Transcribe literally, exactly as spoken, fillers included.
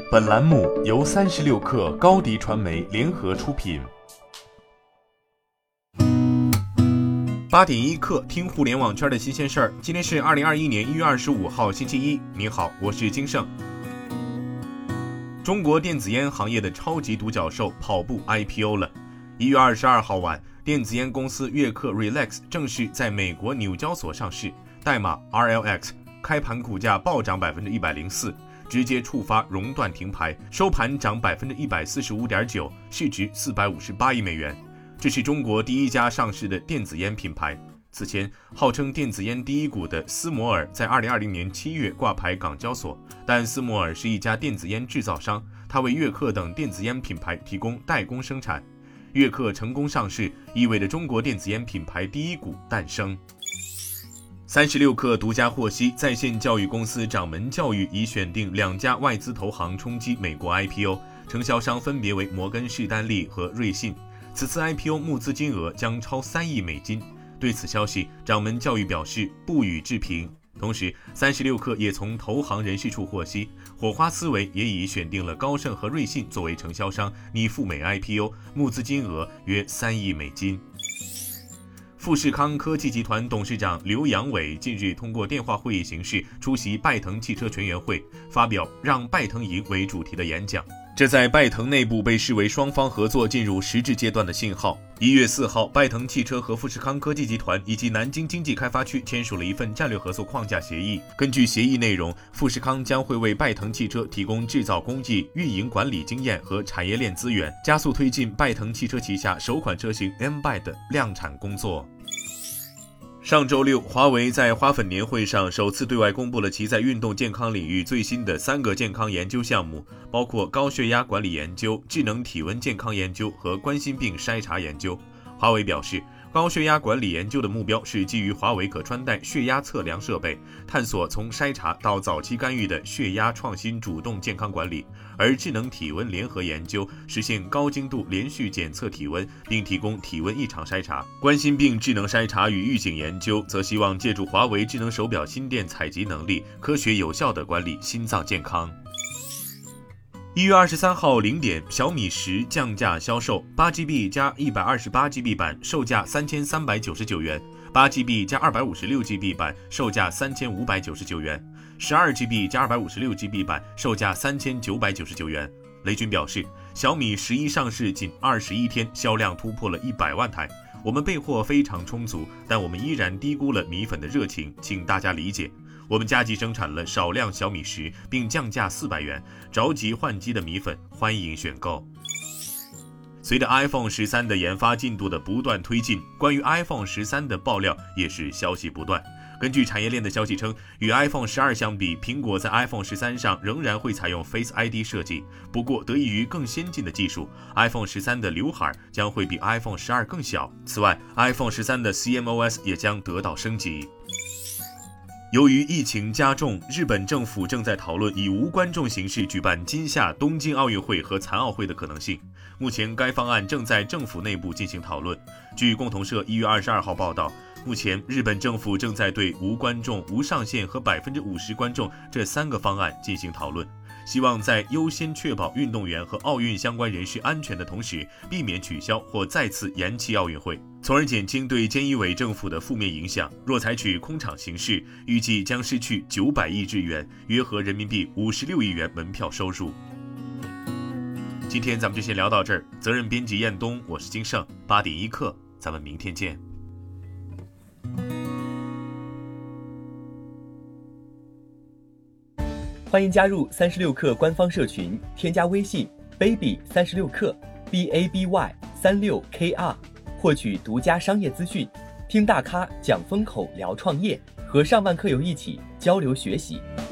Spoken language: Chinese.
本栏目由三十六氪高迪传媒联合出品。八点一刻，听互联网圈的新鲜事儿。今天是二零二一年一月二十五号，星期一。您好，我是金盛。中国电子烟行业的超级独角兽跑步 I P O 了。一月二十二号晚，电子烟公司悦刻 Relax 正式在美国纽交所上市，代码 R L X， 开盘股价暴涨百分之一百零四。直接触发熔断停牌，收盘涨百分之一百四十五点九，市值四百五十八亿美元。这是中国第一家上市的电子烟品牌。此前，号称电子烟第一股的斯摩尔在二零二零年七月挂牌港交所，但斯摩尔是一家电子烟制造商，它为悦刻等电子烟品牌提供代工生产。悦刻成功上市，意味着中国电子烟品牌第一股诞生。三十六氪独家获悉，在线教育公司掌门教育已选定两家外资投行冲击美国 I P O， 承销商分别为摩根士丹利和瑞信。此次 I P O 募资金额将超三亿美金。对此消息，掌门教育表示不予置评。同时，三十六氪也从投行人事处获悉，火花思维也已选定了高盛和瑞信作为承销商，拟赴美 I P O， 募资金额约三亿美金。富士康科技集团董事长刘扬伟近日通过电话会议形式出席拜腾汽车全员会，发表让拜腾赢为主题的演讲。这在拜腾内部被视为双方合作进入实质阶段的信号。一月四号，拜腾汽车和富士康科技集团以及南京经济开发区签署了一份战略合作框架协议。根据协议内容，富士康将会为拜腾汽车提供制造工艺、运营管理经验和产业链资源，加速推进拜腾汽车旗下首款车型 M B Y 的量产工作。上周六，华为在花粉年会上首次对外公布了其在运动健康领域最新的三个健康研究项目，包括高血压管理研究、智能体温健康研究和冠心病筛查研究。华为表示，高血压管理研究的目标是基于华为可穿戴血压测量设备，探索从筛查到早期干预的血压创新主动健康管理；而智能体温联合研究实现高精度连续检测体温，并提供体温异常筛查。冠心病智能筛查与预警研究则希望借助华为智能手表心电采集能力，科学有效地管理心脏健康。一月二十三号零点，小米十降价销售，八 G B 加一百二十八 G B 版售价三千三百九十九元，八 G B 加二百五十六 G B 版售价三千五百九十九元，十二 G B 加二百五十六 G B 版售价三千九百九十九元。雷军表示，小米十一上市仅二十一天，销量突破了一百万台，我们备货非常充足，但我们依然低估了米粉的热情，请大家理解。我们加急生产了少量小米十，并降价四百元，着急换机的米粉欢迎选购。随着 iPhone 十三的研发进度的不断推进，关于 iPhone 十三的爆料也是消息不断。根据产业链的消息称，与 iPhone 十二相比，苹果在 iPhone 十三上仍然会采用 Face I D 设计，不过得益于更先进的技术， iPhone 十三的刘海将会比 iPhone 十二更小。此外， iPhone 十三的 C M O S 也将得到升级。由于疫情加重，日本政府正在讨论以无观众形式举办今夏东京奥运会和残奥会的可能性。目前该方案正在政府内部进行讨论。据共同社一月二十二号报道，目前日本政府正在对无观众、无上限和百分之五十观众这三个方案进行讨论，希望在优先确保运动员和奥运相关人士安全的同时，避免取消或再次延期奥运会，从而减轻对菅义伟政府的负面影响。若采取空场形式，预计将失去九百亿日元，约合人民币五十六亿元门票收入。今天咱们就先聊到这儿，责任编辑彦东，我是金盛，八点一刻，咱们明天见。 欢迎加入三十六氪官方社群，添加微信 baby 三十六氪 b a b y 三六 k r， 获取独家商业资讯，听大咖讲风口，聊创业，和上万课友一起交流学习。